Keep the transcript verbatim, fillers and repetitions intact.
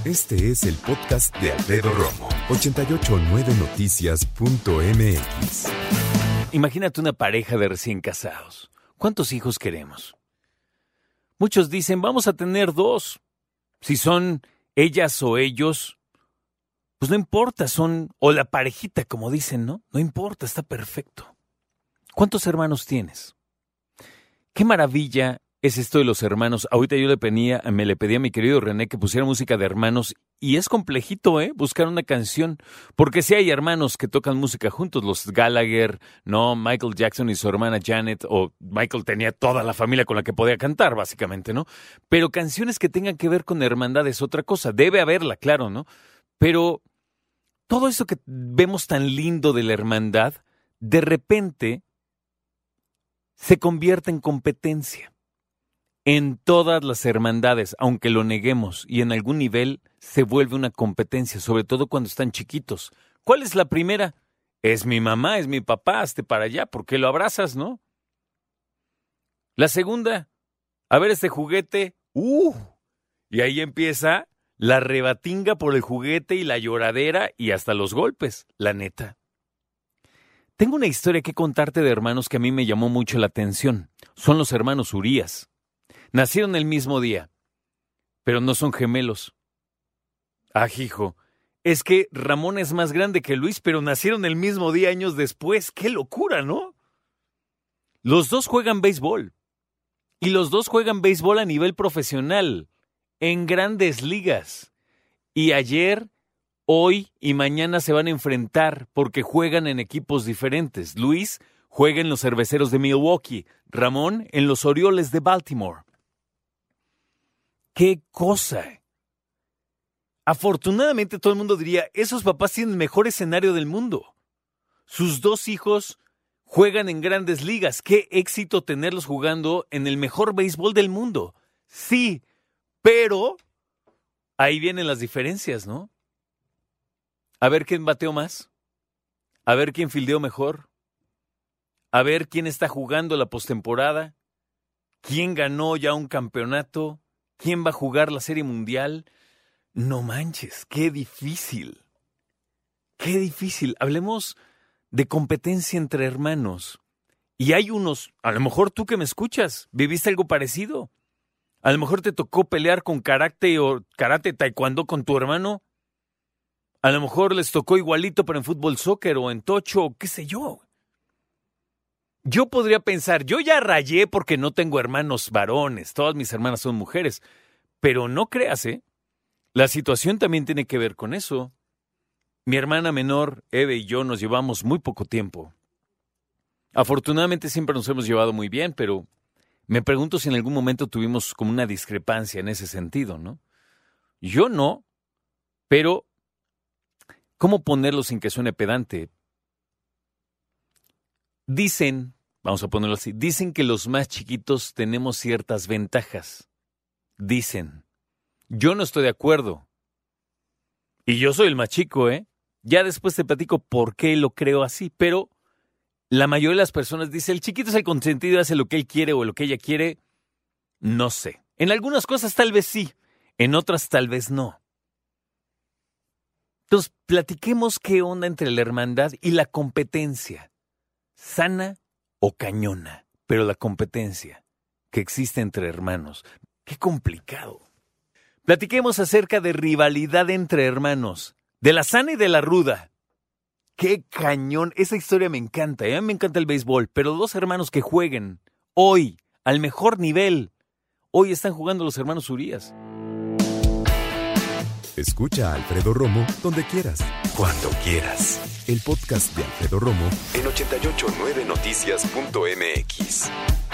Este es el podcast de Alfredo Romo, ochenta y ocho punto nueve noticias punto m x. Imagínate una pareja de recién casados. ¿Cuántos hijos queremos? Muchos dicen, vamos a tener dos. Si son ellas o ellos, pues no importa, son, o la parejita, como dicen, ¿no? No importa, está perfecto. ¿Cuántos hermanos tienes? Qué maravilla es esto de los hermanos. Ahorita yo le pedía, me le pedí a mi querido René que pusiera música de hermanos y es complejito, ¿eh? Buscar una canción. Porque si hay hermanos que tocan música juntos, los Gallagher, ¿no? Michael Jackson y su hermana Janet, o Michael tenía toda la familia con la que podía cantar, básicamente, ¿no? Pero canciones que tengan que ver con hermandad es otra cosa. Debe haberla, claro, ¿no? Pero todo eso que vemos tan lindo de la hermandad, de repente se convierte en competencia. En todas las hermandades, aunque lo neguemos, y en algún nivel se vuelve una competencia, sobre todo cuando están chiquitos. ¿Cuál es la primera? Es mi mamá, es mi papá, hazte para allá, ¿por qué lo abrazas, no? La segunda, a ver este juguete, ¡uh! Y ahí empieza la rebatinga por el juguete y la lloradera y hasta los golpes, la neta. Tengo una historia que contarte de hermanos que a mí me llamó mucho la atención. Son los hermanos Urías. Nacieron el mismo día, pero no son gemelos. Ah, hijo, es que Ramón es más grande que Luis, pero nacieron el mismo día años después. ¡Qué locura!, ¿no? Los dos juegan béisbol, y los dos juegan béisbol a nivel profesional, en grandes ligas. Y ayer, hoy y mañana se van a enfrentar porque juegan en equipos diferentes. Luis juega en los Cerveceros de Milwaukee, Ramón en los Orioles de Baltimore. ¡Qué cosa! Afortunadamente todo el mundo diría, esos papás tienen el mejor escenario del mundo. Sus dos hijos juegan en grandes ligas. ¡Qué éxito tenerlos jugando en el mejor béisbol del mundo! Sí, pero ahí vienen las diferencias, ¿no? A ver quién bateó más. A ver quién fildeó mejor. A ver quién está jugando la postemporada. ¿Quién ganó ya un campeonato? ¿Quién va a jugar la Serie Mundial? No manches, qué difícil. Qué difícil. Hablemos de competencia entre hermanos. Y hay unos, a lo mejor tú que me escuchas, ¿viviste algo parecido? A lo mejor te tocó pelear con karate o karate taekwondo con tu hermano. A lo mejor les tocó igualito, pero en fútbol, soccer o en tocho, o qué sé yo. Yo podría pensar, yo ya rayé porque no tengo hermanos varones, todas mis hermanas son mujeres, pero no creas, ¿eh? La situación también tiene que ver con eso. Mi hermana menor, Eve, y yo nos llevamos muy poco tiempo. Afortunadamente siempre nos hemos llevado muy bien, pero me pregunto si en algún momento tuvimos como una discrepancia en ese sentido, ¿no? Yo no, pero ¿cómo ponerlo sin que suene pedante? Dicen, vamos a ponerlo así, dicen que los más chiquitos tenemos ciertas ventajas. Dicen. Yo no estoy de acuerdo. Y yo soy el más chico, ¿eh? Ya después te platico por qué lo creo así, pero la mayoría de las personas dicen, el chiquito es el consentido, hace lo que él quiere o lo que ella quiere. No sé. En algunas cosas tal vez sí, en otras tal vez no. Entonces, platiquemos qué onda entre la hermandad y la competencia. Sana o cañona, pero la competencia que existe entre hermanos. ¡Qué complicado! Platiquemos acerca de rivalidad entre hermanos, de la sana y de la ruda. ¡Qué cañón! Esa historia me encanta, ¿eh? A mí me encanta el béisbol, pero dos hermanos que jueguen hoy al mejor nivel. Hoy están jugando los hermanos Urías. Escucha a Alfredo Romo donde quieras, cuando quieras. El podcast de Alfredo Romo en ochenta y ocho punto nueve noticias punto m x.